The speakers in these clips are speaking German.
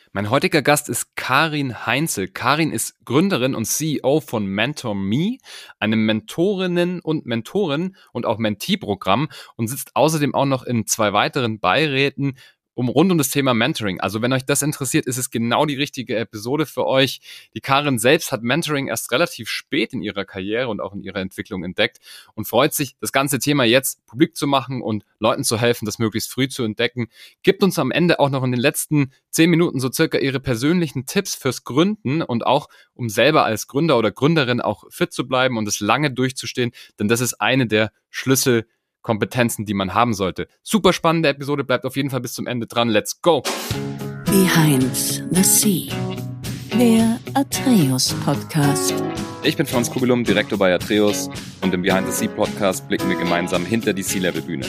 Mein heutiger Gast ist Karin Heinzel. Karin ist Gründerin und CEO von MentorMe, einem Mentorinnen- und Mentoren- und auch Mentee-Programm und sitzt außerdem auch noch in 2 weiteren Beiräten rund um das Thema Mentoring. Also wenn euch das interessiert, ist es genau die richtige Episode für euch. Die Karin selbst hat Mentoring erst relativ spät in ihrer Karriere und auch in ihrer Entwicklung entdeckt und freut sich, das ganze Thema jetzt publik zu machen und Leuten zu helfen, das möglichst früh zu entdecken. Gibt uns am Ende auch noch in den letzten 10 Minuten so circa ihre persönlichen Tipps fürs Gründen und auch, um selber als Gründer oder Gründerin auch fit zu bleiben und es lange durchzustehen, denn das ist eine der Schlüsselkompetenzen, die man haben sollte. Super spannende Episode, bleibt auf jeden Fall bis zum Ende dran. Let's go! Behind the Sea, der Atreus Podcast. Ich bin Franz Kugelum, Direktor bei Atreus und im Behind the Sea Podcast blicken wir gemeinsam hinter die Sea-Level-Bühne.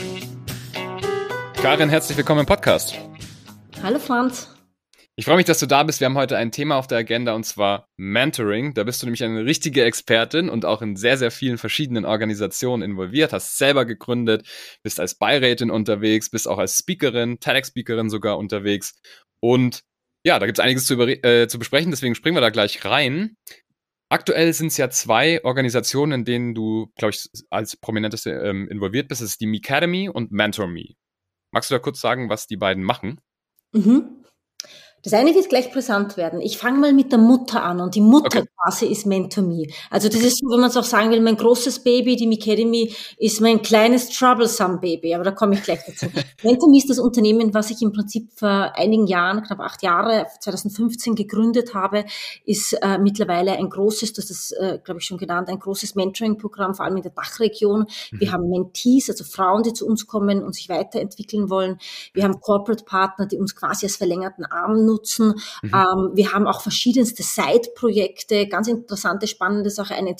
Karin, herzlich willkommen im Podcast. Hallo Franz. Ich freue mich, dass du da bist. Wir haben heute ein Thema auf der Agenda und zwar Mentoring. Da bist du nämlich eine richtige Expertin und auch in sehr, sehr vielen verschiedenen Organisationen involviert, hast selber gegründet, bist als Beirätin unterwegs, bist auch als Speakerin, TEDx-Speakerin sogar unterwegs. Und ja, da gibt es einiges zu besprechen, deswegen springen wir da gleich rein. Aktuell sind es ja 2 Organisationen, in denen du, glaube ich, als Prominenteste involviert bist. Das ist die Mecademy und MentorMe. Magst du da kurz sagen, was die beiden machen? Das eine wird gleich brisant werden. Ich fange mal mit der Mutter an und die Mutterphase ist MentorMe. Also das ist so, wenn man es auch sagen will, mein großes Baby, die Mecademy, ist mein kleines Troublesome Baby, aber da komme ich gleich dazu. MentorMe ist das Unternehmen, was ich im Prinzip vor einigen Jahren, knapp 8 Jahre, 2015 gegründet habe, ist mittlerweile ein großes, das ist, glaube ich schon genannt, ein großes Mentoring-Programm, vor allem in der Dachregion. Wir haben Mentees, also Frauen, die zu uns kommen und sich weiterentwickeln wollen. Wir haben Corporate-Partner, die uns quasi als verlängerten Arm nutzen. Wir haben auch verschiedenste Side-Projekte, ganz interessante, spannende Sache, ein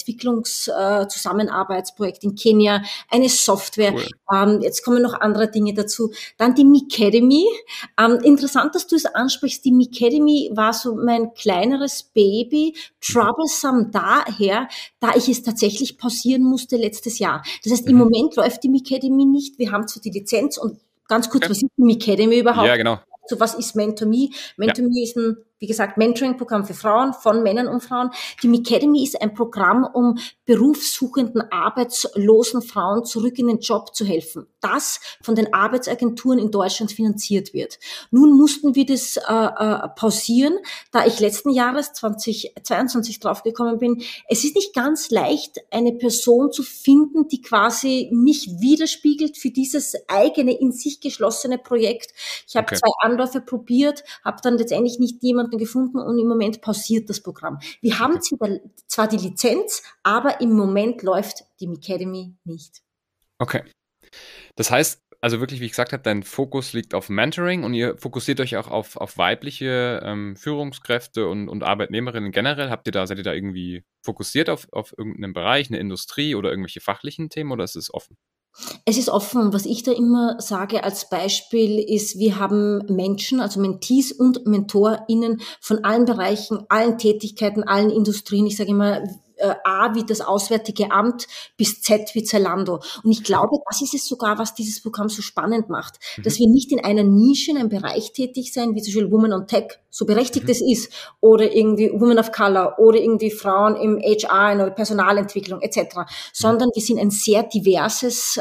Entwicklungszusammenarbeitsprojekt in Kenia, eine Software. Cool. Jetzt kommen noch andere Dinge dazu. Dann die Mecademy. Interessant, dass du es ansprichst. Die Mecademy war so mein kleineres Baby, troublesome daher, da ich es tatsächlich pausieren musste letztes Jahr. Das heißt, im Moment läuft die Mecademy nicht. Wir haben zwar die Lizenz und ganz kurz, was ist die Mecademy überhaupt? Ja, genau. So, was ist MentorMe? MentorMe ist ein, wie gesagt, Mentoring-Programm für Frauen, von Männern und Frauen. Die Mecademy ist ein Programm, um berufssuchenden, arbeitslosen Frauen zurück in den Job zu helfen, das von den Arbeitsagenturen in Deutschland finanziert wird. Nun mussten wir das pausieren, da ich letzten Jahres 2022 draufgekommen bin. Es ist nicht ganz leicht, eine Person zu finden, die quasi mich widerspiegelt für dieses eigene, in sich geschlossene Projekt. Ich habe 2 Anläufe probiert, habe dann letztendlich nicht jemanden gefunden und im Moment pausiert das Programm. Wir haben zwar die Lizenz, aber im Moment läuft die Mecademy nicht. Okay. Das heißt, also wirklich, wie ich gesagt habe, dein Fokus liegt auf Mentoring und ihr fokussiert euch auch auf weibliche Führungskräfte und Arbeitnehmerinnen generell. Seid ihr da irgendwie fokussiert auf irgendeinen Bereich, eine Industrie oder irgendwelche fachlichen Themen oder ist es offen? Es ist offen. Was ich da immer sage als Beispiel ist, wir haben Menschen, also Mentees und MentorInnen von allen Bereichen, allen Tätigkeiten, allen Industrien. Ich sage immer, A wie das Auswärtige Amt bis Z wie Zalando. Und ich glaube, das ist es sogar, was dieses Programm so spannend macht, dass wir nicht in einer Nische, in einem Bereich tätig sein, wie zum Beispiel Women on Tech, so berechtigt es ist, oder irgendwie Women of Color oder irgendwie Frauen im HR, in der Personalentwicklung etc., sondern wir sind ein sehr diverses,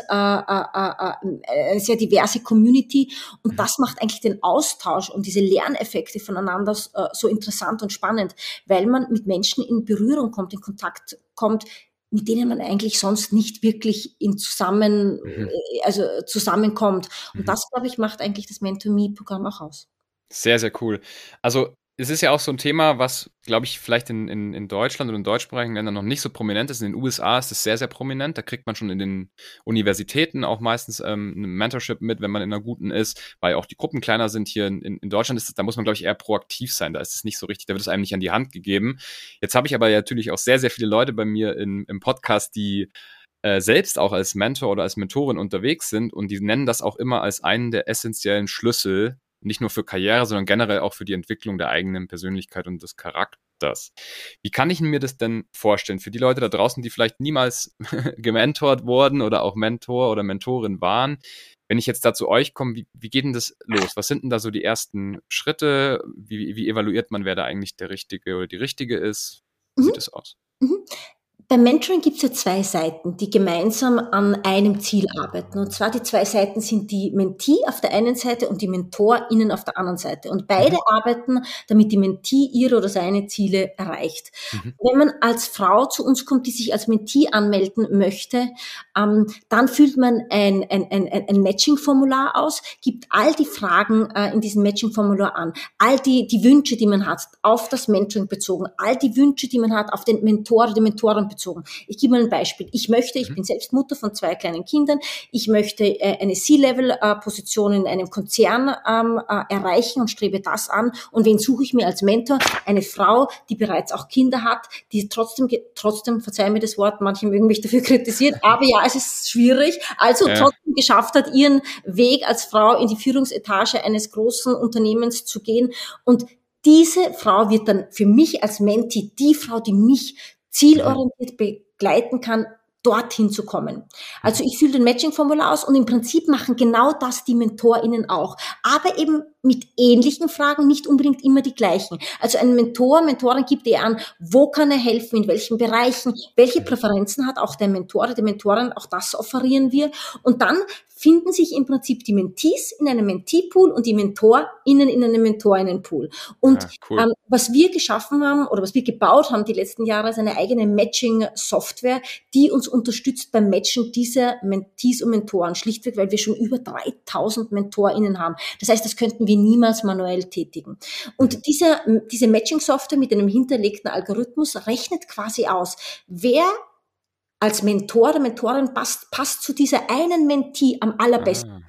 eine sehr diverse Community und das macht eigentlich den Austausch und diese Lerneffekte voneinander so interessant und spannend, weil man mit Menschen in Berührung kommt, in Kontakt kommt, mit denen man eigentlich sonst nicht wirklich zusammenkommt. Und das, glaube ich, macht eigentlich das MentorMe-Programm auch aus. Sehr, sehr cool. Also es ist ja auch so ein Thema, was, glaube ich, vielleicht in Deutschland oder in deutschsprachigen Ländern noch nicht so prominent ist. In den USA ist es sehr, sehr prominent. Da kriegt man schon in den Universitäten auch meistens eine Mentorship mit, wenn man in einer guten ist, weil auch die Gruppen kleiner sind. Hier in Deutschland ist es, da muss man, glaube ich, eher proaktiv sein. Da ist es nicht so richtig, da wird es einem nicht an die Hand gegeben. Jetzt habe ich aber ja natürlich auch sehr, sehr viele Leute bei mir im Podcast, die selbst auch als Mentor oder als Mentorin unterwegs sind und die nennen das auch immer als einen der essentiellen Schlüssel, nicht nur für Karriere, sondern generell auch für die Entwicklung der eigenen Persönlichkeit und des Charakters. Wie kann ich mir das denn vorstellen? Für die Leute da draußen, die vielleicht niemals gementort wurden oder auch Mentor oder Mentorin waren, wenn ich jetzt da zu euch komme, wie geht denn das los? Was sind denn da so die ersten Schritte? Wie evaluiert man, wer da eigentlich der Richtige oder die Richtige ist? Wie sieht das aus? Mhm. Beim Mentoring gibt es ja 2 Seiten, die gemeinsam an einem Ziel arbeiten. Und zwar die 2 Seiten sind die Mentee auf der einen Seite und die MentorInnen auf der anderen Seite. Und beide arbeiten, damit die Mentee ihre oder seine Ziele erreicht. Wenn man als Frau zu uns kommt, die sich als Mentee anmelden möchte, dann füllt man ein Matching-Formular aus, gibt all die Fragen in diesem Matching-Formular an, all die Wünsche, die man hat, auf das Mentoring bezogen, all die Wünsche, die man hat, auf den Mentor oder die Mentorin bezogen. Ich gebe mal ein Beispiel. Ich bin selbst Mutter von 2 kleinen Kindern. Ich möchte eine C-Level-Position in einem Konzern erreichen und strebe das an. Und wen suche ich mir als Mentor? Eine Frau, die bereits auch Kinder hat, die trotzdem, verzeih mir das Wort, manche mögen mich dafür kritisieren, aber ja, es ist schwierig, also trotzdem geschafft hat, ihren Weg als Frau in die Führungsetage eines großen Unternehmens zu gehen. Und diese Frau wird dann für mich als Mentee die Frau, die mich zielorientiert begleiten kann, dorthin zu kommen. Also ich fülle den Matching-Formular aus und im Prinzip machen genau das die MentorInnen auch. Aber eben mit ähnlichen Fragen, nicht unbedingt immer die gleichen. Also ein Mentorin gibt eher an, wo kann er helfen, in welchen Bereichen, welche Präferenzen hat auch der Mentor oder die Mentorin, auch das offerieren wir. Und dann finden sich im Prinzip die Mentees in einem Mentee-Pool und die MentorInnen in einem MentorInnen-Pool. Und cool. Was wir geschaffen haben oder was wir gebaut haben die letzten Jahre, ist eine eigene Matching-Software, die uns unterstützt beim Matchen dieser Mentees und Mentoren, schlichtweg, weil wir schon über 3000 MentorInnen haben. Das heißt, das könnten wir niemals manuell tätigen. Und diese Matching-Software mit einem hinterlegten Algorithmus rechnet quasi aus, wer als Mentor oder Mentorin passt zu dieser einen Mentee am allerbesten.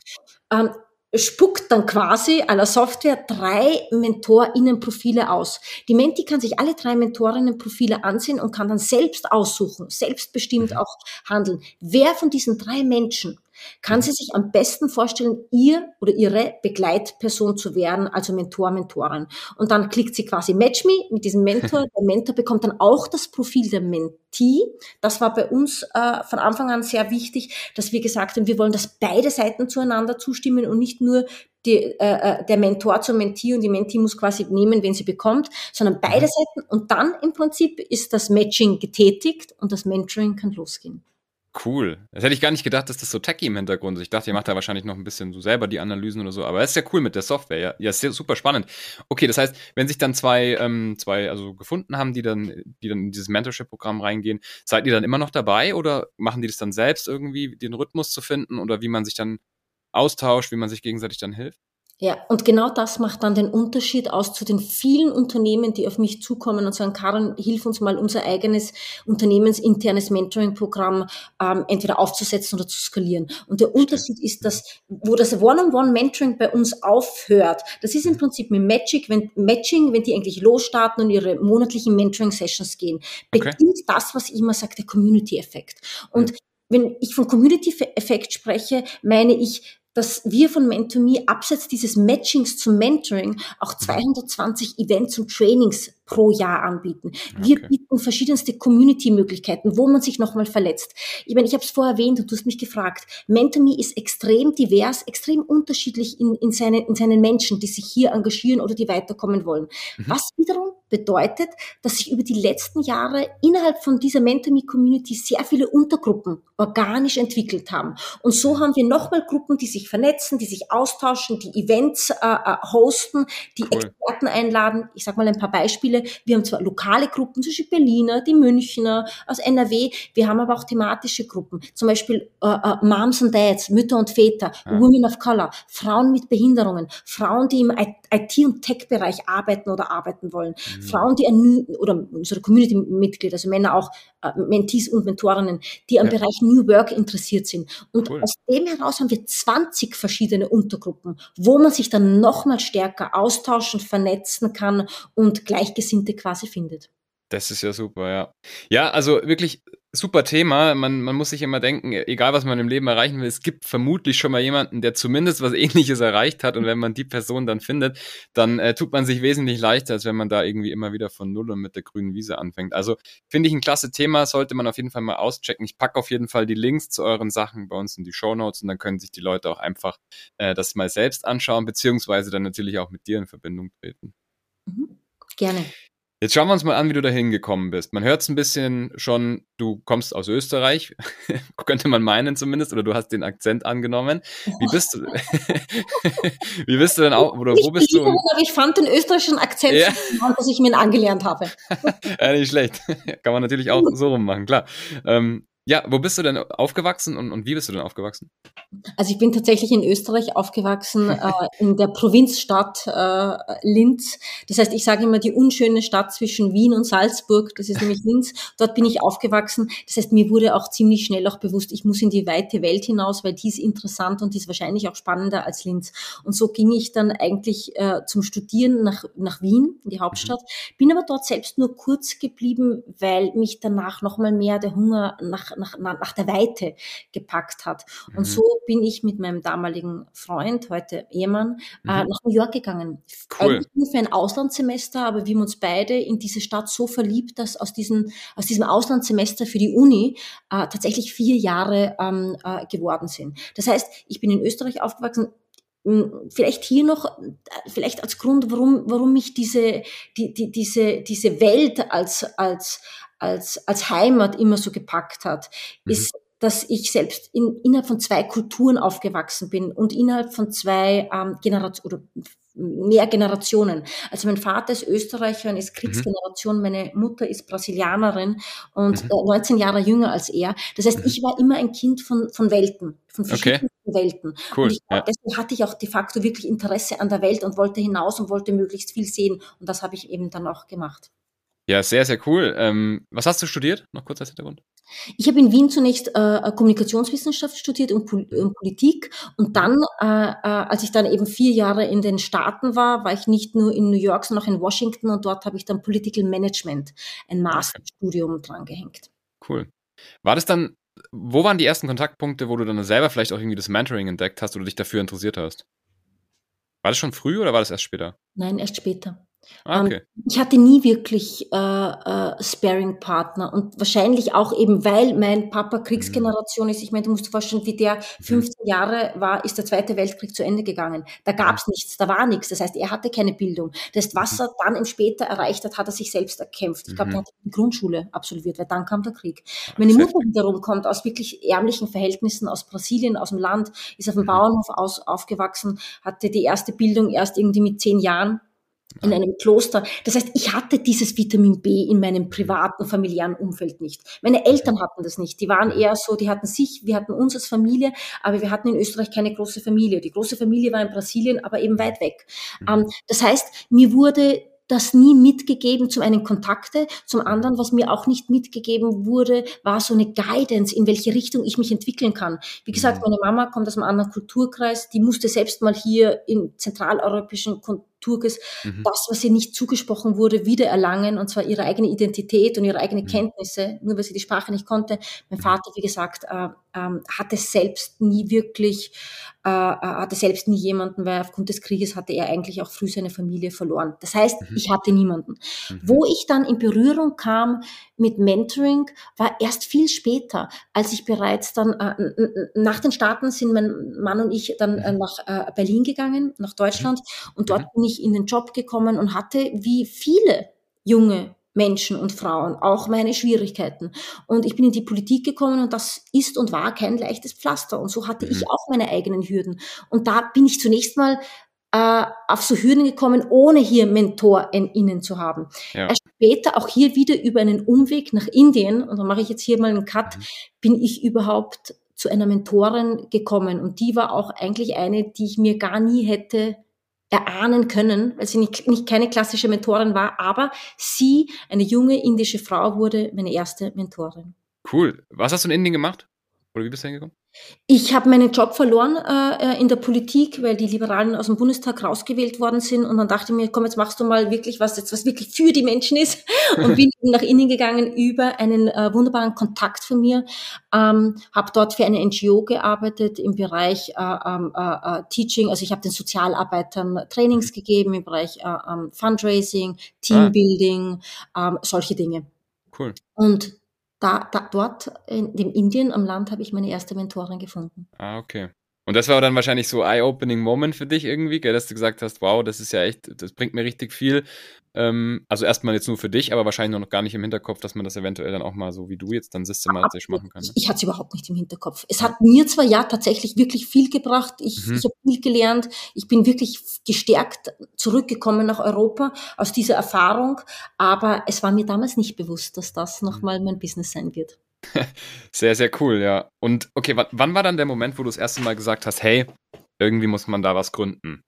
Spuckt dann quasi aller Software 3 MentorInnen-Profile aus. Die Mentee kann sich alle 3 MentorInnen-Profile ansehen und kann dann selbst aussuchen, selbstbestimmt auch handeln. Wer von diesen 3 Menschen kann sie sich am besten vorstellen, ihr oder ihre Begleitperson zu werden, also Mentor, Mentorin. Und dann klickt sie quasi Match Me mit diesem Mentor. Der Mentor bekommt dann auch das Profil der Mentee. Das war bei uns von Anfang an sehr wichtig, dass wir gesagt haben, wir wollen, dass beide Seiten zueinander zustimmen und nicht nur der Mentor zum Mentee und die Mentee muss quasi nehmen, wen sie bekommt, sondern beide Seiten. Und dann im Prinzip ist das Matching getätigt und das Mentoring kann losgehen. Cool. Das hätte ich gar nicht gedacht, dass das so techy im Hintergrund ist. Ich dachte, ihr macht da wahrscheinlich noch ein bisschen so selber die Analysen oder so. Aber das ist ja cool mit der Software. Ja, ist sehr, super spannend. Okay, das heißt, wenn sich dann zwei also gefunden haben, die dann in dieses Mentorship-Programm reingehen, seid ihr dann immer noch dabei oder machen die das dann selbst irgendwie, den Rhythmus zu finden oder wie man sich dann austauscht, wie man sich gegenseitig dann hilft? Ja, und genau das macht dann den Unterschied aus zu den vielen Unternehmen, die auf mich zukommen und sagen, Karin, hilf uns mal, unser eigenes unternehmensinternes Mentoring-Programm entweder aufzusetzen oder zu skalieren. Und der Unterschied ist, dass, wo das One-on-One-Mentoring bei uns aufhört, das ist im Prinzip mit Matching, wenn die eigentlich losstarten und ihre monatlichen Mentoring-Sessions gehen, beginnt das, was ich immer sage, der Community-Effekt. Und wenn ich von Community-Effekt spreche, meine ich, dass wir von Mentor.me abseits dieses Matchings zum Mentoring auch 220 Events und Trainings pro Jahr anbieten. Wir bieten verschiedenste Community-Möglichkeiten, wo man sich nochmal verletzt. Ich meine, ich habe es vorher erwähnt und du hast mich gefragt. Mentor.me ist extrem divers, extrem unterschiedlich in seinen Menschen, die sich hier engagieren oder die weiterkommen wollen. Was wiederum bedeutet, dass sich über die letzten Jahre innerhalb von dieser Mentor.me-Community sehr viele Untergruppen organisch entwickelt haben. Und so haben wir nochmal Gruppen, die sich vernetzen, die sich austauschen, die Events hosten, die Experten einladen. Ich sage mal ein paar Beispiele. Wir haben zwar lokale Gruppen, zum Beispiel Berliner, die Münchner, aus NRW. Wir haben aber auch thematische Gruppen. Zum Beispiel Moms and Dads, Mütter und Väter, Women of Color, Frauen mit Behinderungen, Frauen, die im IT- und Tech-Bereich arbeiten oder arbeiten wollen, Frauen, die oder unsere Community-Mitglieder, also Männer auch, Mentees und Mentorinnen, die am Bereich New Work interessiert sind. Und aus dem heraus haben wir 20 verschiedene Untergruppen, wo man sich dann nochmal stärker austauschen, vernetzen kann und Gleichgesinnte quasi findet. Das ist ja super, ja. Ja, also wirklich super Thema. Man muss sich immer denken, egal was man im Leben erreichen will, es gibt vermutlich schon mal jemanden, der zumindest was Ähnliches erreicht hat. Und wenn man die Person dann findet, dann tut man sich wesentlich leichter, als wenn man da irgendwie immer wieder von Null und mit der grünen Wiese anfängt. Also finde ich ein klasse Thema, sollte man auf jeden Fall mal auschecken. Ich packe auf jeden Fall die Links zu euren Sachen bei uns in die Shownotes und dann können sich die Leute auch einfach das mal selbst anschauen, beziehungsweise dann natürlich auch mit dir in Verbindung treten. Gerne. Jetzt schauen wir uns mal an, wie du da hingekommen bist. Man hört es ein bisschen schon, du kommst aus Österreich, könnte man meinen zumindest, oder du hast den Akzent angenommen. Wie bist du, wie bist du denn auch, oder wo bist du? Aber ich fand den österreichischen Akzent, Ja. dass ich mir ihn angelernt habe. Ja, nicht schlecht. Kann man natürlich auch so rummachen, klar. Ja, wo bist du denn aufgewachsen und wie bist du denn aufgewachsen? Also ich bin tatsächlich in Österreich aufgewachsen, in der Provinzstadt Linz. Das heißt, ich sage immer die unschöne Stadt zwischen Wien und Salzburg, das ist nämlich Linz. Dort bin ich aufgewachsen. Das heißt, mir wurde auch ziemlich schnell auch bewusst, ich muss in die weite Welt hinaus, weil die ist interessant und die ist wahrscheinlich auch spannender als Linz. Und so ging ich dann eigentlich zum Studieren nach Wien, in die Hauptstadt. Bin aber dort selbst nur kurz geblieben, weil mich danach nochmal mehr der Hunger nach der Weite gepackt hat. Und so bin ich mit meinem damaligen Freund, heute Ehemann, nach New York gegangen. Cool. Eigentlich nur für ein Auslandssemester, aber wir haben uns beide in diese Stadt so verliebt, dass aus diesem Auslandssemester für die Uni tatsächlich 4 Jahre geworden sind. Das heißt, ich bin in Österreich aufgewachsen. Vielleicht hier noch, vielleicht als Grund, warum mich diese Welt als Heimat immer so gepackt hat, ist, dass ich selbst innerhalb von 2 Kulturen aufgewachsen bin und innerhalb von 2 Generationen oder mehr Generationen. Also mein Vater ist Österreicher und ist Kriegsgeneration, meine Mutter ist Brasilianerin und 19 Jahre jünger als er. Das heißt, ich war immer ein Kind von Welten, von verschiedenen Welten. Cool. Und ich glaube, deswegen hatte ich auch de facto wirklich Interesse an der Welt und wollte hinaus und wollte möglichst viel sehen. Und das habe ich eben dann auch gemacht. Ja, sehr, sehr cool. Was hast du studiert? Noch kurz als Hintergrund. Ich habe in Wien zunächst Kommunikationswissenschaft studiert und Politik und dann, als ich dann eben 4 Jahre in den Staaten war ich nicht nur in New York, sondern auch in Washington und dort habe ich dann Political Management, ein Masterstudium drangehängt. Cool. War das dann, wo waren die ersten Kontaktpunkte, wo du dann selber vielleicht auch irgendwie das Mentoring entdeckt hast oder dich dafür interessiert hast? War das schon früh oder war das erst später? Nein, erst später. Okay. Ich hatte nie wirklich Sparring-Partner und wahrscheinlich auch eben, weil mein Papa Kriegsgeneration ist. Ich meine, du musst dir vorstellen, wie der 15 Jahre war, ist der Zweite Weltkrieg zu Ende gegangen. Da gab's nichts, da war nichts. Das heißt, er hatte keine Bildung. Das heißt, was er dann im Später erreicht hat, hat er sich selbst erkämpft. Ich glaube, er hat die Grundschule absolviert, weil dann kam der Krieg. Meine Mutter wiederum kommt aus wirklich ärmlichen Verhältnissen aus Brasilien, aus dem Land, ist auf dem Bauernhof aufgewachsen, hatte die erste Bildung erst irgendwie mit 10 Jahren. In einem Kloster. Das heißt, ich hatte dieses Vitamin B in meinem privaten, familiären Umfeld nicht. Meine Eltern hatten das nicht. Die waren eher so, die hatten sich, wir hatten uns als Familie, aber wir hatten in Österreich keine große Familie. Die große Familie war in Brasilien, aber eben weit weg. Das heißt, mir wurde das nie mitgegeben, zum einen Kontakte, zum anderen, was mir auch nicht mitgegeben wurde, war so eine Guidance, in welche Richtung ich mich entwickeln kann. Wie gesagt, meine Mama kommt aus einem anderen Kulturkreis, die musste selbst mal hier im zentraleuropäischen Kulturkreis das, was ihr nicht zugesprochen wurde, wiedererlangen, und zwar ihre eigene Identität und ihre eigene Kenntnisse, nur weil sie die Sprache nicht konnte. Mein Vater, wie gesagt, hatte selbst nie jemanden, weil aufgrund des Krieges hatte er eigentlich auch früh seine Familie verloren. Das heißt, ich hatte niemanden. Wo ich dann in Berührung kam mit Mentoring, war erst viel später, als ich bereits dann, nach den Staaten sind mein Mann und ich dann nach Berlin gegangen, nach Deutschland, und dort bin ich in den Job gekommen und hatte, wie viele junge Menschen und Frauen, auch meine Schwierigkeiten. Und ich bin in die Politik gekommen und das ist und war kein leichtes Pflaster. Und so hatte ich auch meine eigenen Hürden. Und da bin ich zunächst mal auf so Hürden gekommen, ohne hier MentorInnen zu haben. Ja. Erst später, auch hier wieder über einen Umweg nach Indien, und da mache ich jetzt hier mal einen Cut, bin ich überhaupt zu einer Mentorin gekommen. Und die war auch eigentlich eine, die ich mir gar nie hätte erahnen können, weil sie nicht keine klassische Mentorin war, aber sie, eine junge indische Frau, wurde meine erste Mentorin. Cool. Was hast du in Indien gemacht? Oder wie bist du hingekommen? Ich habe meinen Job verloren in der Politik, weil die Liberalen aus dem Bundestag rausgewählt worden sind. Und dann dachte ich mir, komm, jetzt machst du mal wirklich was, jetzt was wirklich für die Menschen ist. Und bin nach innen gegangen über einen wunderbaren Kontakt von mir. Habe dort für eine NGO gearbeitet im Bereich Teaching. Also ich habe den Sozialarbeitern Trainings gegeben im Bereich Fundraising, Teambuilding, solche Dinge. Cool. Und dort in dem Indien am Land habe ich meine erste Mentorin gefunden. Ah, okay. Und das war dann wahrscheinlich so Eye-Opening Moment für dich irgendwie, gell, dass du gesagt hast, wow, das ist ja echt, das bringt mir richtig viel. Also erstmal jetzt nur für dich, aber wahrscheinlich noch gar nicht im Hinterkopf, dass man das eventuell dann auch mal so wie du jetzt dann systematisch machen kann. Ne? Ich hatte es überhaupt nicht im Hinterkopf. Es hat mir zwar tatsächlich wirklich viel gebracht. Ich habe viel gelernt. Ich bin wirklich gestärkt zurückgekommen nach Europa aus dieser Erfahrung. Aber es war mir damals nicht bewusst, dass das nochmal mein Business sein wird. Sehr, sehr cool, ja. Und okay, wann war dann der Moment, wo du das erste Mal gesagt hast, hey, irgendwie muss man da was gründen?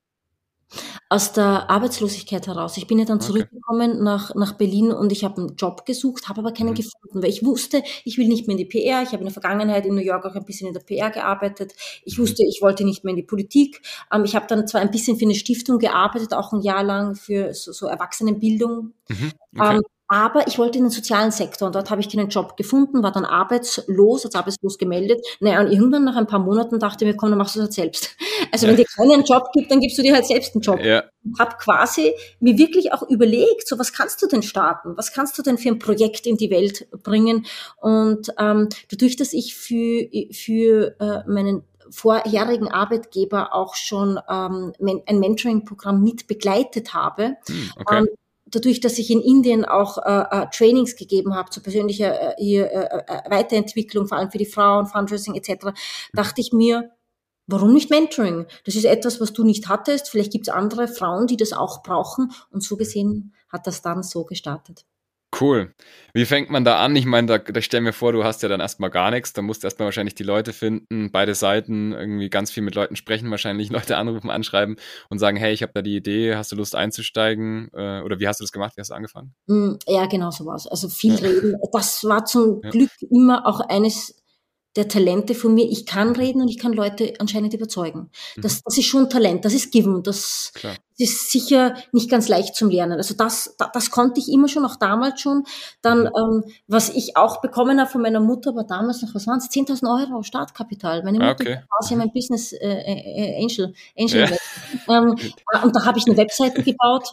Aus der Arbeitslosigkeit heraus. Ich bin ja dann zurückgekommen nach Berlin und ich habe einen Job gesucht, habe aber keinen gefunden, weil ich wusste, ich will nicht mehr in die PR. Ich habe in der Vergangenheit in New York auch ein bisschen in der PR gearbeitet. Ich wusste, ich wollte nicht mehr in die Politik. Ich habe dann zwar ein bisschen für eine Stiftung gearbeitet, auch ein Jahr lang für so Erwachsenenbildung. Okay. Aber ich wollte in den sozialen Sektor und dort habe ich keinen Job gefunden, war dann als arbeitslos gemeldet. Naja, und irgendwann nach ein paar Monaten dachte ich mir, komm, dann machst du es halt selbst. Also wenn dir keiner einen Job gibt, dann gibst du dir halt selbst einen Job. Ja. Ich habe quasi mir wirklich auch überlegt, so was kannst du denn starten? Was kannst du denn für ein Projekt in die Welt bringen? Und dadurch, dass ich für meinen vorherigen Arbeitgeber auch schon ein Mentoring-Programm mit begleitet habe, Okay. dadurch, dass ich in Indien auch Trainings gegeben habe zur persönlicher Weiterentwicklung, vor allem für die Frauen, Fundraising etc., dachte ich mir, warum nicht Mentoring? Das ist etwas, was du nicht hattest. Vielleicht gibt es andere Frauen, die das auch brauchen. Und so gesehen hat das dann so gestartet. Cool. Wie fängt man da an? Ich meine, da stell mir vor, du hast ja dann erstmal gar nichts. Da musst du erstmal wahrscheinlich die Leute finden, beide Seiten, irgendwie ganz viel mit Leuten sprechen, wahrscheinlich Leute anrufen, anschreiben und sagen, hey, ich habe da die Idee, hast du Lust einzusteigen? Oder wie hast du das gemacht? Wie hast du angefangen? Ja, genau so war's. Also viel reden. Das war zum Glück immer auch eines der Talente von mir. Ich kann reden und ich kann Leute anscheinend überzeugen. Das ist schon Talent, das ist Given. Das ist sicher nicht ganz leicht zum Lernen. Also das konnte ich immer schon, auch damals schon. Dann, was ich auch bekommen habe von meiner Mutter, war damals noch, was waren es, 10.000 Euro Startkapital. Meine Mutter war quasi mein Business Angel. Und da habe ich eine Webseite gebaut,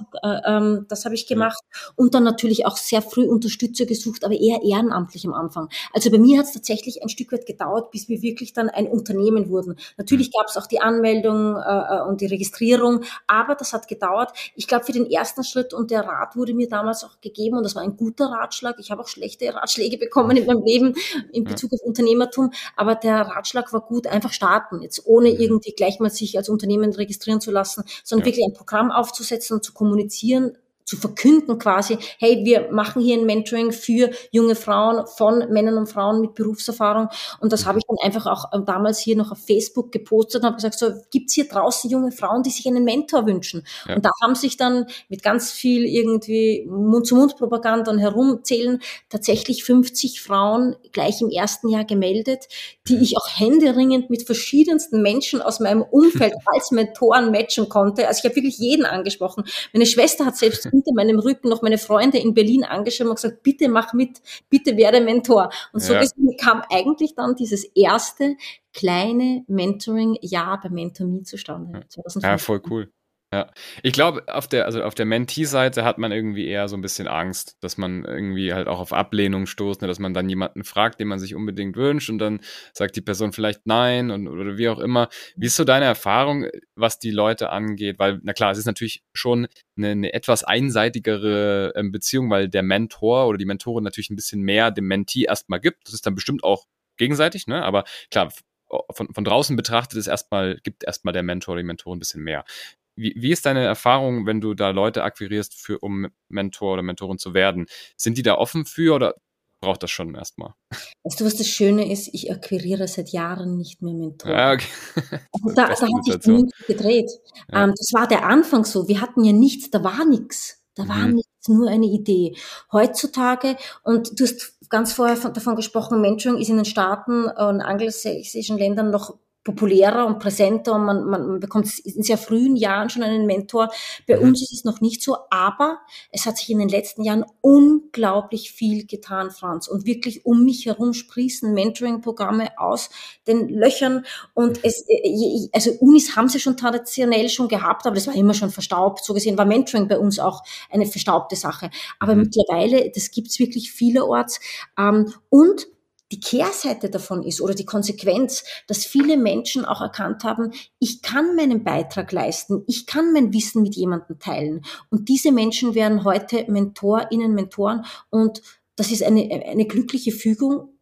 das habe ich gemacht. Und dann natürlich auch sehr früh Unterstützer gesucht, aber eher ehrenamtlich am Anfang. Also bei mir hat es tatsächlich ein Stück weit gedauert, bis wir wirklich dann ein Unternehmen wurden. Natürlich gab es auch die Anmeldung und die Registrierung, aber das hat gedauert. Ich glaube, für den ersten Schritt, und der Rat wurde mir damals auch gegeben, und das war ein guter Ratschlag. Ich habe auch schlechte Ratschläge bekommen in meinem Leben in Bezug auf Unternehmertum, aber der Ratschlag war gut, einfach starten, jetzt ohne irgendwie gleich mal sich als Unternehmen registrieren zu lassen, sondern wirklich ein Programm aufzusetzen und zu kommunizieren, zu verkünden quasi, hey, wir machen hier ein Mentoring für junge Frauen von Männern und Frauen mit Berufserfahrung. Und das habe ich dann einfach auch damals hier noch auf Facebook gepostet und habe gesagt, so, gibt's hier draußen junge Frauen, die sich einen Mentor wünschen? Ja. Und da haben sich dann mit ganz viel irgendwie Mund-zu-Mund-Propaganda und Herumzählen tatsächlich 50 Frauen gleich im ersten Jahr gemeldet, die ich auch händeringend mit verschiedensten Menschen aus meinem Umfeld als Mentoren matchen konnte. Also ich habe wirklich jeden angesprochen. Meine Schwester hat selbst hinter meinem Rücken noch meine Freunde in Berlin angeschrieben und gesagt, bitte mach mit, bitte werde Mentor. Und so kam eigentlich dann dieses erste kleine Mentoring-Jahr bei MentorMe zustande. 2015. Ja, voll cool. Ja, ich glaube, auf der Mentee-Seite hat man irgendwie eher so ein bisschen Angst, dass man irgendwie halt auch auf Ablehnung stoßt, ne, dass man dann jemanden fragt, den man sich unbedingt wünscht und dann sagt die Person vielleicht nein oder wie auch immer. Wie ist so deine Erfahrung, was die Leute angeht? Weil, na klar, es ist natürlich schon eine etwas einseitigere Beziehung, weil der Mentor oder die Mentorin natürlich ein bisschen mehr dem Mentee erstmal gibt. Das ist dann bestimmt auch gegenseitig, ne? Aber klar, von draußen betrachtet gibt erstmal der Mentor oder die Mentorin ein bisschen mehr. Wie ist deine Erfahrung, wenn du da Leute akquirierst, um Mentor oder Mentorin zu werden? Sind die da offen für oder braucht das schon erstmal? Weißt du, was das Schöne ist? Ich akquiriere seit Jahren nicht mehr Mentoren. Ah, okay. Also da hat sich die Münze gedreht. Ja. Das war der Anfang so. Wir hatten ja nichts, da war nichts. Da war nichts, nur eine Idee. Heutzutage, und du hast ganz vorher davon gesprochen, Mentoring ist in den Staaten und angelsächsischen Ländern noch populärer und präsenter und man bekommt in sehr frühen Jahren schon einen Mentor. Bei uns ist es noch nicht so, aber es hat sich in den letzten Jahren unglaublich viel getan, Franz. Und wirklich um mich herum sprießen Mentoring-Programme aus den Löchern. Und also Unis haben sie schon traditionell schon gehabt, aber das war immer schon verstaubt. So gesehen war Mentoring bei uns auch eine verstaubte Sache. Aber mittlerweile, das gibt's wirklich vielerorts. Und die Kehrseite davon ist oder die Konsequenz, dass viele Menschen auch erkannt haben, ich kann meinen Beitrag leisten, ich kann mein Wissen mit jemandem teilen. Und diese Menschen werden heute MentorInnen, Mentoren und das ist eine glückliche Fügung.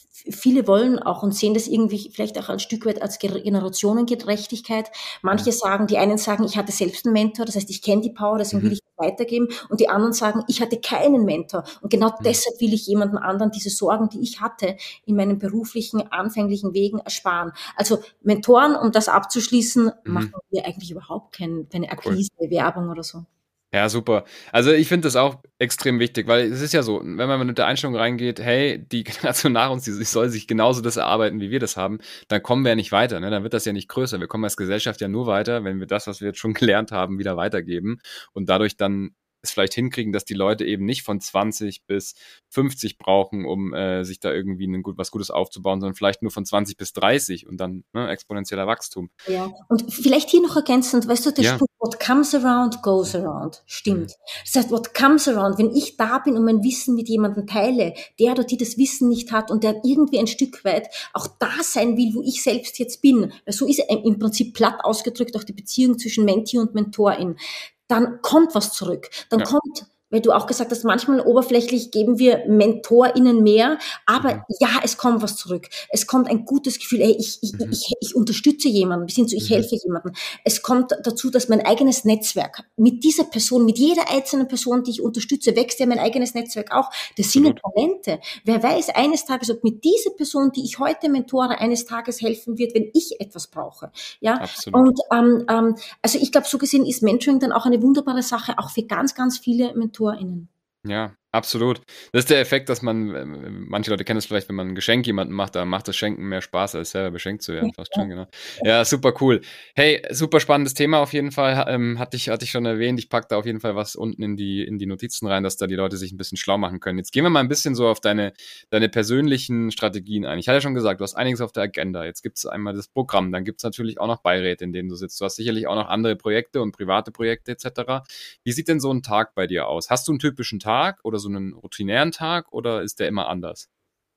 Viele wollen auch und sehen das irgendwie vielleicht auch ein Stück weit als Generationengerechtigkeit. Manche sagen, die einen sagen, ich hatte selbst einen Mentor, das heißt, ich kenne die Power, deswegen will ich das weitergeben. Und die anderen sagen, ich hatte keinen Mentor. Und genau deshalb will ich jemandem anderen diese Sorgen, die ich hatte, in meinen beruflichen, anfänglichen Wegen ersparen. Also Mentoren, um das abzuschließen, machen wir eigentlich überhaupt keine Akquise, Werbung oder so. Ja, super. Also ich finde das auch extrem wichtig, weil es ist ja so, wenn man mit der Einstellung reingeht, hey, die Generation nach uns, die soll sich genauso das erarbeiten, wie wir das haben, dann kommen wir ja nicht weiter, ne? Dann wird das ja nicht größer. Wir kommen als Gesellschaft ja nur weiter, wenn wir das, was wir jetzt schon gelernt haben, wieder weitergeben und dadurch dann es vielleicht hinkriegen, dass die Leute eben nicht von 20 bis 50 brauchen, um sich da irgendwie was Gutes aufzubauen, sondern vielleicht nur von 20 bis 30 und dann exponentieller Wachstum. Ja, und vielleicht hier noch ergänzend, weißt du, der Spruch, what comes around, goes around, stimmt. Das heißt, what comes around, wenn ich da bin und mein Wissen mit jemandem teile, der oder die das Wissen nicht hat und der irgendwie ein Stück weit auch da sein will, wo ich selbst jetzt bin, weil so ist im Prinzip platt ausgedrückt auch die Beziehung zwischen Mentee und Mentorin, dann kommt was zurück. Dann kommt, weil du auch gesagt hast, manchmal oberflächlich geben wir MentorInnen mehr, aber ja, es kommt was zurück. Es kommt ein gutes Gefühl, ey, ich unterstütze jemanden, bis hin zu ich helfe jemandem. Es kommt dazu, dass mein eigenes Netzwerk mit dieser Person, mit jeder einzelnen Person, die ich unterstütze, wächst ja mein eigenes Netzwerk auch. Das sind ja Talente. Wer weiß eines Tages, ob mit dieser Person, die ich heute mentore, eines Tages helfen wird, wenn ich etwas brauche. Ja, absolut. Und also ich glaube, so gesehen ist Mentoring dann auch eine wunderbare Sache, auch für ganz, ganz viele MentorInnen. Ja, absolut. Das ist der Effekt, dass manche Leute kennen es vielleicht, wenn man ein Geschenk jemandem macht, da macht das Schenken mehr Spaß, als selber beschenkt zu werden, fast schon, genau. Ja, super cool. Hey, super spannendes Thema auf jeden Fall, hatte ich schon erwähnt, ich packe da auf jeden Fall was unten in die Notizen rein, dass da die Leute sich ein bisschen schlau machen können. Jetzt gehen wir mal ein bisschen so auf deine persönlichen Strategien ein. Ich hatte ja schon gesagt, du hast einiges auf der Agenda. Jetzt gibt es einmal das Programm, dann gibt es natürlich auch noch Beiräte, in denen du sitzt. Du hast sicherlich auch noch andere Projekte und private Projekte etc. Wie sieht denn so ein Tag bei dir aus? Hast du einen typischen Tag oder so einen routinären Tag oder ist der immer anders?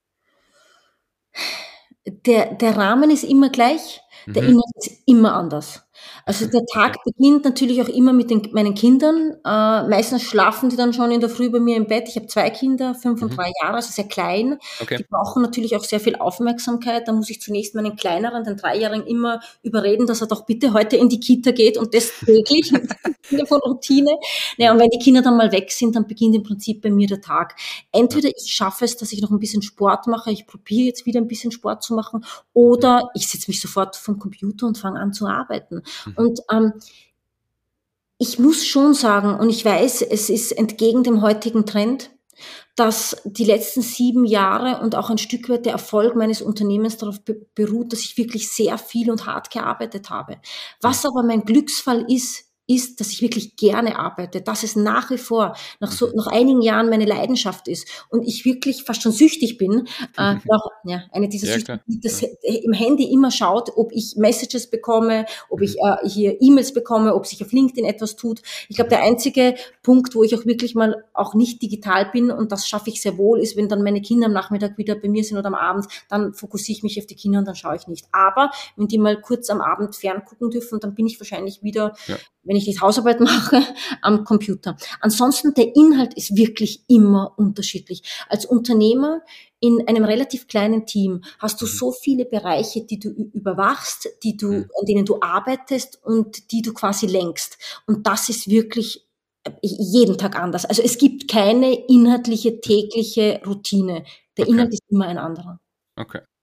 Der Rahmen ist immer gleich, der Inhalt ist immer anders. Also der Tag beginnt natürlich auch immer mit meinen Kindern. Meistens schlafen die dann schon in der Früh bei mir im Bett. Ich habe 2 Kinder, 5 und 3 Jahre, also sehr klein. Okay. Die brauchen natürlich auch sehr viel Aufmerksamkeit. Da muss ich zunächst meinen Kleineren, den 3-Jährigen, immer überreden, dass er doch bitte heute in die Kita geht und das täglich im Sinne von Routine. Naja, und wenn die Kinder dann mal weg sind, dann beginnt im Prinzip bei mir der Tag. Entweder ich schaffe es, dass ich noch ein bisschen Sport mache, ich probiere jetzt wieder ein bisschen Sport zu machen, oder ich setze mich sofort vom Computer und fange an zu arbeiten. Und ich muss schon sagen, und ich weiß, es ist entgegen dem heutigen Trend, dass die letzten 7 Jahre und auch ein Stück weit der Erfolg meines Unternehmens darauf beruht, dass ich wirklich sehr viel und hart gearbeitet habe. Was aber mein Glücksfall ist, dass ich wirklich gerne arbeite, dass es nach wie vor nach einigen Jahren meine Leidenschaft ist und ich eine fast schon süchtig bin, eine dieser Süchte, die das im Handy immer schaut, ob ich Messages bekomme, ob ich hier E-Mails bekomme, ob sich auf LinkedIn etwas tut. Ich glaube, der einzige Punkt, wo ich auch wirklich mal auch nicht digital bin, und das schaffe ich sehr wohl, ist, wenn dann meine Kinder am Nachmittag wieder bei mir sind oder am Abend, dann fokussiere ich mich auf die Kinder und dann schaue ich nicht. Aber wenn die mal kurz am Abend ferngucken dürfen, dann bin ich wahrscheinlich wieder, wenn ich die Hausarbeit mache, am Computer. Ansonsten, der Inhalt ist wirklich immer unterschiedlich. Als Unternehmer in einem relativ kleinen Team hast du so viele Bereiche, die du überwachst, an denen du arbeitest und die du quasi lenkst. Und das ist wirklich jeden Tag anders. Also es gibt keine inhaltliche tägliche Routine. Der Inhalt ist immer ein anderer. Okay.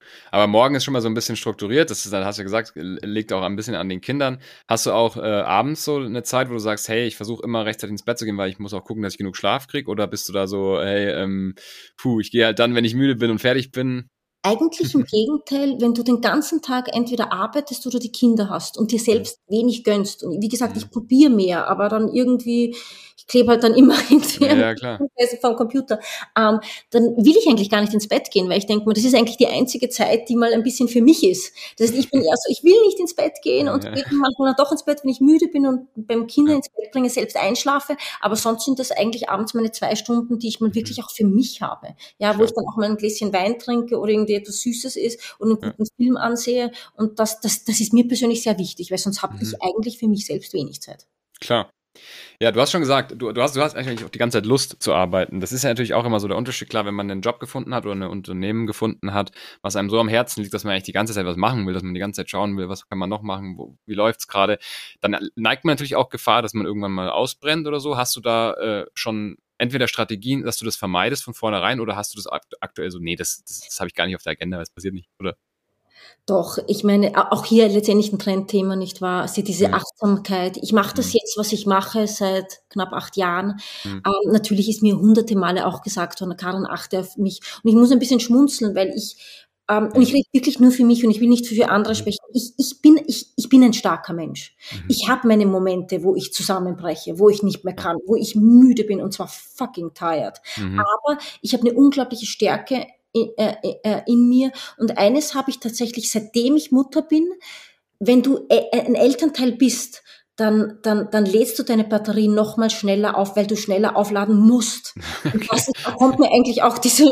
Aber morgen ist schon mal so ein bisschen strukturiert, das ist, dann hast du ja gesagt, liegt auch ein bisschen an den Kindern. Hast du auch abends so eine Zeit, wo du sagst, hey, ich versuche immer rechtzeitig ins Bett zu gehen, weil ich muss auch gucken, dass ich genug Schlaf kriege? Oder bist du da so, hey, ich gehe halt dann, wenn ich müde bin und fertig bin? Eigentlich im Gegenteil, wenn du den ganzen Tag entweder arbeitest oder die Kinder hast und dir selbst wenig gönnst. Und wie gesagt, ich probiere mehr, aber dann irgendwie, ich klebe halt dann immer Ja, klar. vom Computer. Dann will ich eigentlich gar nicht ins Bett gehen, weil ich denke mir, das ist eigentlich die einzige Zeit, die mal ein bisschen für mich ist. Das heißt, ich bin eher so, ich will nicht ins Bett gehen und gehe manchmal dann doch ins Bett, wenn ich müde bin und beim Kinder ins Bett bringe, selbst einschlafe. Aber sonst sind das eigentlich abends meine 2 Stunden, die ich mal wirklich auch für mich habe. Ja, wo ich dann auch mal ein Gläschen Wein trinke oder irgendwie etwas Süßes ist und einen guten Film ansehe. Und das ist mir persönlich sehr wichtig, weil sonst habe ich eigentlich für mich selbst wenig Zeit. Klar. Ja, du hast schon gesagt, du hast eigentlich auch die ganze Zeit Lust zu arbeiten. Das ist ja natürlich auch immer so der Unterschied. Klar, wenn man einen Job gefunden hat oder ein Unternehmen gefunden hat, was einem so am Herzen liegt, dass man eigentlich die ganze Zeit was machen will, dass man die ganze Zeit schauen will, was kann man noch machen, wie läuft's gerade, dann neigt man natürlich auch Gefahr, dass man irgendwann mal ausbrennt oder so. Hast du da schon entweder Strategien, dass du das vermeidest von vornherein, oder hast du das aktuell so, nee, das habe ich gar nicht auf der Agenda, das passiert nicht, oder? Doch, ich meine, auch hier letztendlich ein Trendthema, nicht wahr? Also diese Achtsamkeit. Ich mache das jetzt, was ich mache, seit knapp 8 Jahren. Natürlich ist mir hunderte Male auch gesagt worden, Karin, achte auf mich. Und ich muss ein bisschen schmunzeln, weil und ich rede wirklich nur für mich und ich will nicht für andere sprechen. Ich bin ein starker Mensch. Ich habe meine Momente, wo ich zusammenbreche, wo ich nicht mehr kann, wo ich müde bin und zwar fucking tired. Aber ich habe eine unglaubliche Stärke in mir. Und eines habe ich tatsächlich, seitdem ich Mutter bin, wenn du ein Elternteil bist, dann lädst du deine Batterien noch mal schneller auf, weil du schneller aufladen musst. Und da kommt mir eigentlich auch diese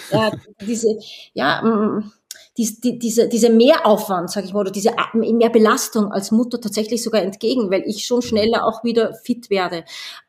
Mehraufwand, sag ich mal, oder diese mehr Belastung als Mutter tatsächlich sogar entgegen, weil ich schon schneller auch wieder fit werde.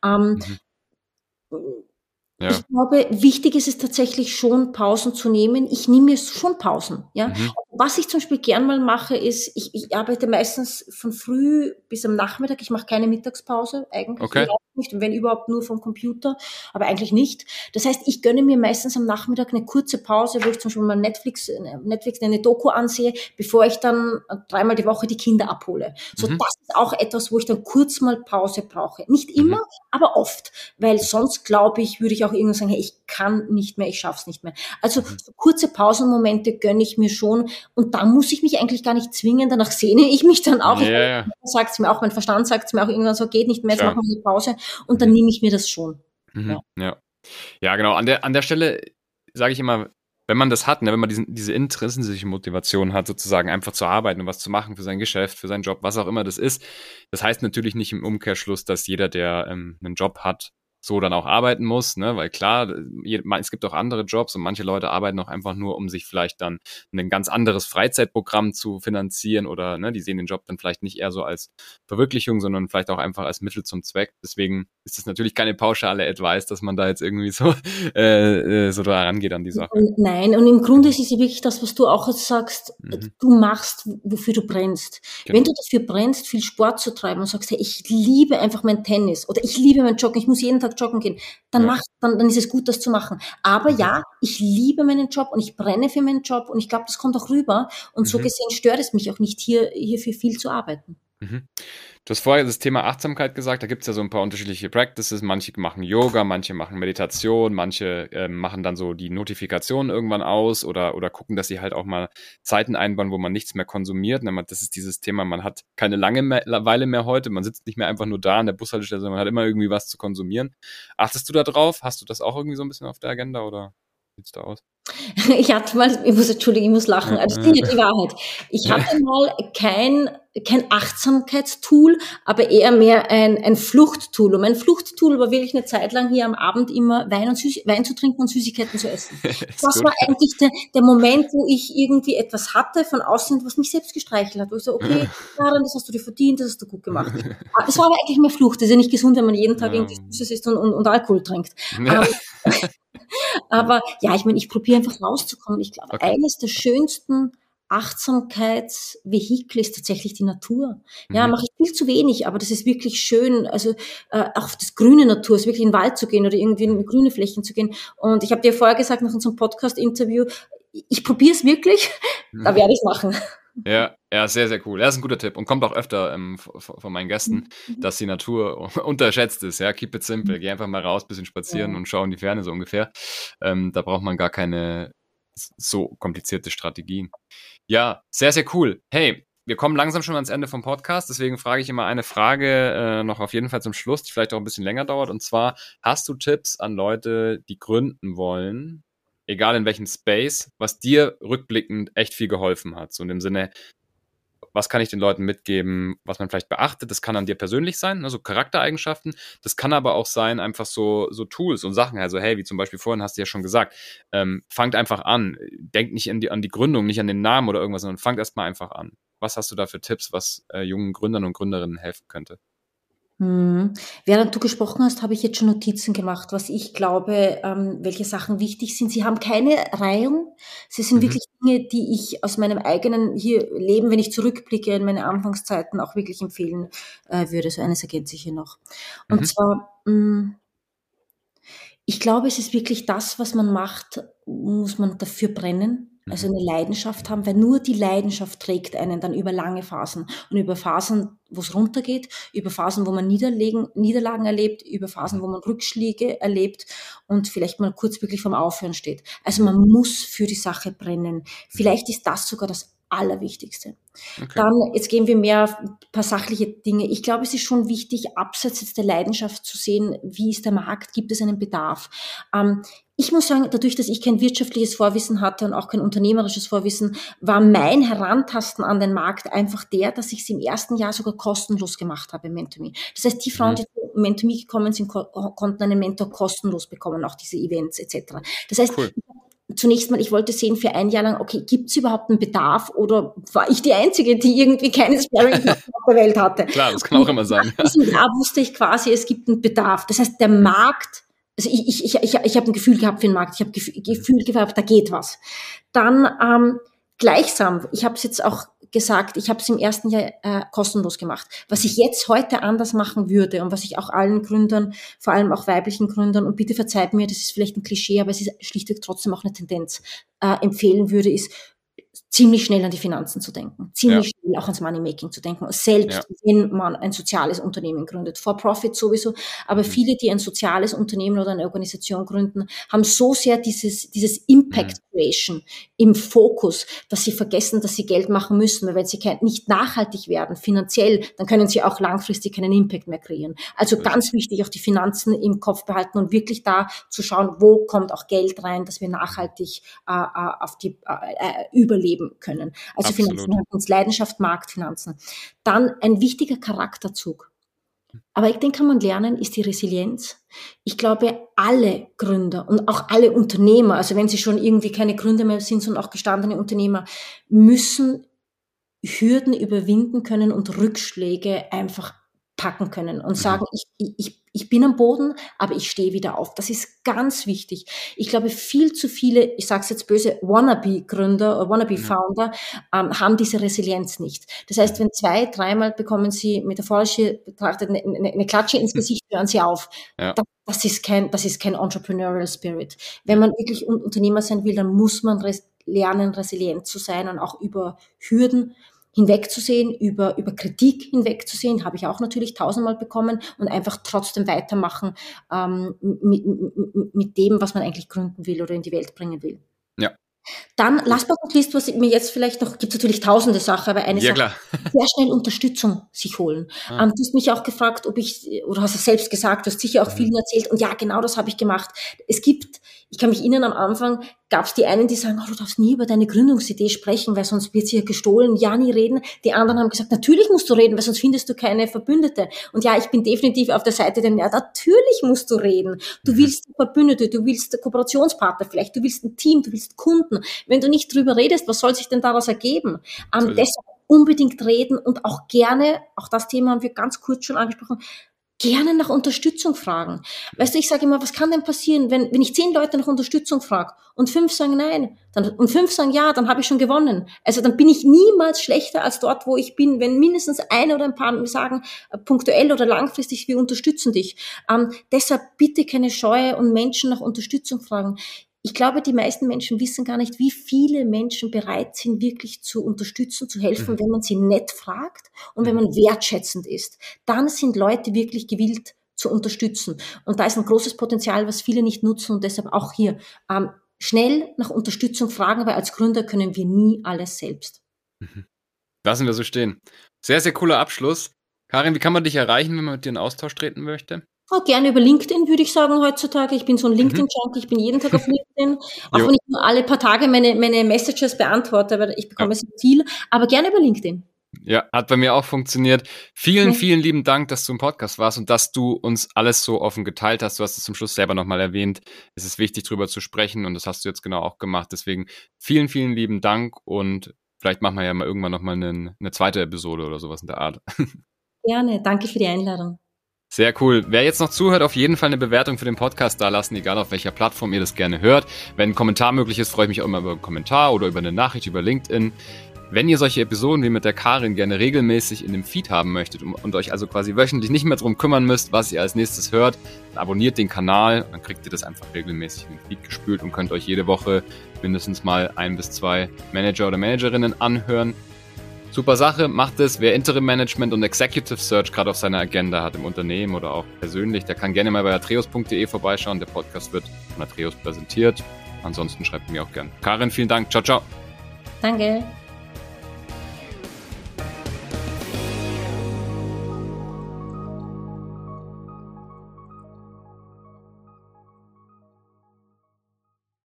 Ja. Ich glaube, wichtig ist es tatsächlich schon, Pausen zu nehmen. Ich nehme mir schon Pausen, ja. Was ich zum Beispiel gern mal mache, ist, ich arbeite meistens von früh bis am Nachmittag. Ich mache keine Mittagspause, eigentlich überhaupt nicht. Und wenn überhaupt nur vom Computer, aber eigentlich nicht. Das heißt, ich gönne mir meistens am Nachmittag eine kurze Pause, wo ich zum Beispiel mal Netflix eine Doku ansehe, bevor ich dann 3-mal die Woche die Kinder abhole. So, das ist auch etwas, wo ich dann kurz mal Pause brauche. Nicht immer, aber oft. Weil sonst, glaube ich, würde ich auch irgendwann sagen, hey, ich kann nicht mehr, ich schaff's nicht mehr. Also so kurze Pausenmomente gönne ich mir schon und da muss ich mich eigentlich gar nicht zwingen, danach sehne ich mich dann auch. Ja. Sagt's mir auch, mein Verstand sagt's mir auch irgendwann so, geht nicht mehr, jetzt machen wir eine Pause und dann nehme ich mir das schon. Ja, genau. An der Stelle sage ich immer, wenn man das hat, ne, wenn man diese intrinsische Motivation hat, sozusagen einfach zu arbeiten und was zu machen für sein Geschäft, für seinen Job, was auch immer das ist, das heißt natürlich nicht im Umkehrschluss, dass jeder, der einen Job hat, so dann auch arbeiten muss, ne, weil klar, es gibt auch andere Jobs und manche Leute arbeiten auch einfach nur, um sich vielleicht dann ein ganz anderes Freizeitprogramm zu finanzieren oder, ne, die sehen den Job dann vielleicht nicht eher so als Verwirklichung, sondern vielleicht auch einfach als Mittel zum Zweck. Deswegen ist das natürlich keine pauschale Advice, dass man da jetzt irgendwie so da rangeht an die Sache. Nein, und im Grunde ist es ja wirklich das, was du auch jetzt sagst, du machst, wofür du brennst. Genau. Wenn du dafür brennst, viel Sport zu treiben und sagst, hey, ich liebe einfach mein Tennis oder ich liebe mein Joggen, ich muss jeden Tag joggen gehen, dann ist es gut, das zu machen. Aber ja, ich liebe meinen Job und ich brenne für meinen Job und ich glaube, das kommt auch rüber und so gesehen stört es mich auch nicht, hierfür viel zu arbeiten. Du hast vorher das Thema Achtsamkeit gesagt, da gibt es ja so ein paar unterschiedliche Practices, manche machen Yoga, manche machen Meditation, manche machen dann so die Notifikationen irgendwann aus oder gucken, dass sie halt auch mal Zeiten einbauen, wo man nichts mehr konsumiert. Das ist dieses Thema, man hat keine Langeweile mehr heute, man sitzt nicht mehr einfach nur da an der Bushaltestelle, sondern man hat immer irgendwie was zu konsumieren. Achtest du da drauf? Hast du das auch irgendwie so ein bisschen auf der Agenda oder wie sieht's da aus? Ich muss lachen, also das ist nicht die Wahrheit. Ich hatte mal kein Achtsamkeitstool, aber eher mehr ein Fluchttool. Und mein Fluchttool war wirklich eine Zeit lang hier am Abend immer Wein zu trinken und Süßigkeiten zu essen. Das war eigentlich der Moment, wo ich irgendwie etwas hatte von außen, was mich selbst gestreichelt hat. Wo ich so, okay, Karin, das hast du dir verdient, das hast du gut gemacht. Das war aber eigentlich mehr Flucht. Das ist ja nicht gesund, wenn man jeden Tag irgendwie Süßes isst und Alkohol trinkt. Ja. Aber ja, ich meine, ich probiere einfach rauszukommen. Ich glaube, eines der schönsten Achtsamkeitsvehikel ist tatsächlich die Natur. Ja, mache ich viel zu wenig, aber das ist wirklich schön. Also auch das grüne Natur, also wirklich in den Wald zu gehen oder irgendwie in grüne Flächen zu gehen. Und ich habe dir vorher gesagt, nach unserem Podcast-Interview, ich probiere es wirklich, da werde ich es machen. Ja, sehr, sehr cool. Das ist ein guter Tipp und kommt auch öfter von meinen Gästen, dass die Natur unterschätzt ist. Ja, keep it simple. Geh einfach mal raus, bisschen spazieren und schau in die Ferne so ungefähr. Da braucht man gar keine so komplizierte Strategien. Ja, sehr, sehr cool. Hey, wir kommen langsam schon ans Ende vom Podcast, deswegen frage ich immer eine Frage noch auf jeden Fall zum Schluss, die vielleicht auch ein bisschen länger dauert. Und zwar, hast du Tipps an Leute, die gründen wollen, egal in welchem Space, was dir rückblickend echt viel geholfen hat? So in dem Sinne, was kann ich den Leuten mitgeben, was man vielleicht beachtet? Das kann an dir persönlich sein, also Charaktereigenschaften. Das kann aber auch sein, einfach so Tools und Sachen. Also hey, wie zum Beispiel vorhin hast du ja schon gesagt, fangt einfach an. Denkt nicht an die Gründung, nicht an den Namen oder irgendwas, sondern fangt erstmal einfach an. Was hast du da für Tipps, was jungen Gründern und Gründerinnen helfen könnte? Während du gesprochen hast, habe ich jetzt schon Notizen gemacht, was ich glaube, welche Sachen wichtig sind. Sie haben keine Reihung. Sie sind wirklich Dinge, die ich aus meinem eigenen hier Leben, wenn ich zurückblicke in meine Anfangszeiten, auch wirklich empfehlen würde. So eines ergänze ich hier noch. Und zwar, ich glaube, es ist wirklich das, was man macht, muss man dafür brennen. Also eine Leidenschaft haben, weil nur die Leidenschaft trägt einen dann über lange Phasen und über Phasen, wo es runtergeht, über Phasen, wo man Niederlagen erlebt, über Phasen, wo man Rückschläge erlebt und vielleicht mal kurz wirklich vorm Aufhören steht. Also man muss für die Sache brennen. Vielleicht ist das sogar das Allerwichtigste. Okay. Dann, jetzt gehen wir mehr auf ein paar sachliche Dinge. Ich glaube, es ist schon wichtig, abseits jetzt der Leidenschaft zu sehen, wie ist der Markt, gibt es einen Bedarf? Ich muss sagen, dadurch, dass ich kein wirtschaftliches Vorwissen hatte und auch kein unternehmerisches Vorwissen, war mein Herantasten an den Markt einfach dass ich es im ersten Jahr sogar kostenlos gemacht habe im MentorMe. Das heißt, die Frauen, die zu MentorMe gekommen sind, konnten einen Mentor kostenlos bekommen, auch diese Events etc. Das heißt, cool. Zunächst mal, ich wollte sehen für ein Jahr lang, okay, gibt es überhaupt einen Bedarf oder war ich die Einzige, die irgendwie keine Sparring auf der Welt hatte? Klar, das kann auch immer sein. In diesem Jahr wusste ich quasi, es gibt einen Bedarf. Das heißt, der Markt, also ich habe ein Gefühl gehabt für den Markt, ich habe Gefühl gehabt, da geht was. Dann gleichsam, ich habe es jetzt auch gesagt, ich habe es im ersten Jahr kostenlos gemacht. Was ich jetzt heute anders machen würde und was ich auch allen Gründern, vor allem auch weiblichen Gründern, und bitte verzeiht mir, das ist vielleicht ein Klischee, aber es ist schlichtweg trotzdem auch eine Tendenz, empfehlen würde, ist, ziemlich schnell an die Finanzen zu denken, ziemlich schnell auch ans Moneymaking zu denken, selbst wenn man ein soziales Unternehmen gründet. For Profit sowieso, aber viele, die ein soziales Unternehmen oder eine Organisation gründen, haben so sehr dieses Impact Creation im Fokus, dass sie vergessen, dass sie Geld machen müssen, weil wenn sie nicht nachhaltig werden, finanziell, dann können sie auch langfristig keinen Impact mehr kreieren. Also ganz wichtig, auch die Finanzen im Kopf behalten und wirklich da zu schauen, wo kommt auch Geld rein, dass wir nachhaltig auf die überleben können. Also Absolut. Finanzen, uns Leidenschaft, Markt, Finanzen. Dann ein wichtiger Charakterzug. Aber den kann man lernen, ist die Resilienz. Ich glaube, alle Gründer und auch alle Unternehmer, also wenn sie schon irgendwie keine Gründer mehr sind, sondern auch gestandene Unternehmer, müssen Hürden überwinden können und Rückschläge einfach packen können und sagen, ich bin am Boden, aber ich stehe wieder auf. Das ist ganz wichtig. Ich glaube, viel zu viele, ich sage es jetzt böse, Wannabe-Gründer oder Wannabe-Founder haben diese Resilienz nicht. Das heißt, wenn 2-, 3-mal bekommen sie metaphorisch betrachtet eine Klatsche ins Gesicht, hören sie auf. Ja. Das ist kein Entrepreneurial Spirit. Wenn man wirklich Unternehmer sein will, dann muss man lernen, resilient zu sein und auch über Hürden hinwegzusehen, über Kritik hinwegzusehen, habe ich auch natürlich 1000-mal bekommen und einfach trotzdem weitermachen mit dem, was man eigentlich gründen will oder in die Welt bringen will. Ja. Dann, last but not least, was mir jetzt vielleicht noch, gibt es natürlich tausende Sachen, aber eine Sache, sehr schnell Unterstützung sich holen. Du hast mich auch gefragt, oder hast es selbst gesagt, du hast sicher auch vielen erzählt und ja, genau das habe ich gemacht. Ich kann mich erinnern, am Anfang gab es die einen, die sagen, du darfst nie über deine Gründungsidee sprechen, weil sonst wird sie ja gestohlen, ja, nie reden. Die anderen haben gesagt, natürlich musst du reden, weil sonst findest du keine Verbündete. Und ja, ich bin definitiv auf der Seite, denn ja, natürlich musst du reden. Du willst Verbündete, du willst Kooperationspartner vielleicht, du willst ein Team, du willst Kunden. Wenn du nicht drüber redest, was soll sich denn daraus ergeben? Deshalb unbedingt reden und auch gerne, auch das Thema haben wir ganz kurz schon angesprochen, gerne nach Unterstützung fragen. Weißt du, ich sage immer, was kann denn passieren, wenn ich 10 Leute nach Unterstützung frage und 5 sagen nein und 5 sagen ja, dann habe ich schon gewonnen. Also dann bin ich niemals schlechter als dort, wo ich bin, wenn mindestens eine oder ein paar mir sagen, punktuell oder langfristig, wir unterstützen dich. Deshalb bitte keine Scheue und Menschen nach Unterstützung fragen. ich glaube, die meisten Menschen wissen gar nicht, wie viele Menschen bereit sind, wirklich zu unterstützen, zu helfen, wenn man sie nett fragt und wenn man wertschätzend ist. Dann sind Leute wirklich gewillt zu unterstützen. Und da ist ein großes Potenzial, was viele nicht nutzen und deshalb auch hier schnell nach Unterstützung fragen, weil als Gründer können wir nie alles selbst. Lassen wir so stehen. Sehr, sehr cooler Abschluss. Karin, wie kann man dich erreichen, wenn man mit dir in Austausch treten möchte? Gerne über LinkedIn, würde ich sagen, heutzutage. Ich bin so ein LinkedIn-Junkie, ich bin jeden Tag auf LinkedIn, auch wenn ich nur alle paar Tage meine Messages beantworte, weil ich bekomme sehr viel, aber gerne über LinkedIn. Ja, hat bei mir auch funktioniert. Vielen lieben Dank, dass du im Podcast warst und dass du uns alles so offen geteilt hast. Du hast es zum Schluss selber nochmal erwähnt. Es ist wichtig, drüber zu sprechen und das hast du jetzt genau auch gemacht. Deswegen vielen lieben Dank und vielleicht machen wir ja mal irgendwann nochmal eine zweite Episode oder sowas in der Art. Gerne, danke für die Einladung. Sehr cool. Wer jetzt noch zuhört, auf jeden Fall eine Bewertung für den Podcast dalassen, egal auf welcher Plattform ihr das gerne hört. Wenn ein Kommentar möglich ist, freue ich mich auch immer über einen Kommentar oder über eine Nachricht über LinkedIn. Wenn ihr solche Episoden wie mit der Karin gerne regelmäßig in dem Feed haben möchtet und euch also quasi wöchentlich nicht mehr drum kümmern müsst, was ihr als nächstes hört, dann abonniert den Kanal, dann kriegt ihr das einfach regelmäßig in den Feed gespült und könnt euch jede Woche mindestens mal 1 bis 2 Manager oder Managerinnen anhören. Super Sache, macht es. Wer Interim Management und Executive Search gerade auf seiner Agenda hat im Unternehmen oder auch persönlich, der kann gerne mal bei atreus.de vorbeischauen. Der Podcast wird von Atreus präsentiert. Ansonsten schreibt mir auch gern. Karin, vielen Dank. Ciao, ciao. Danke.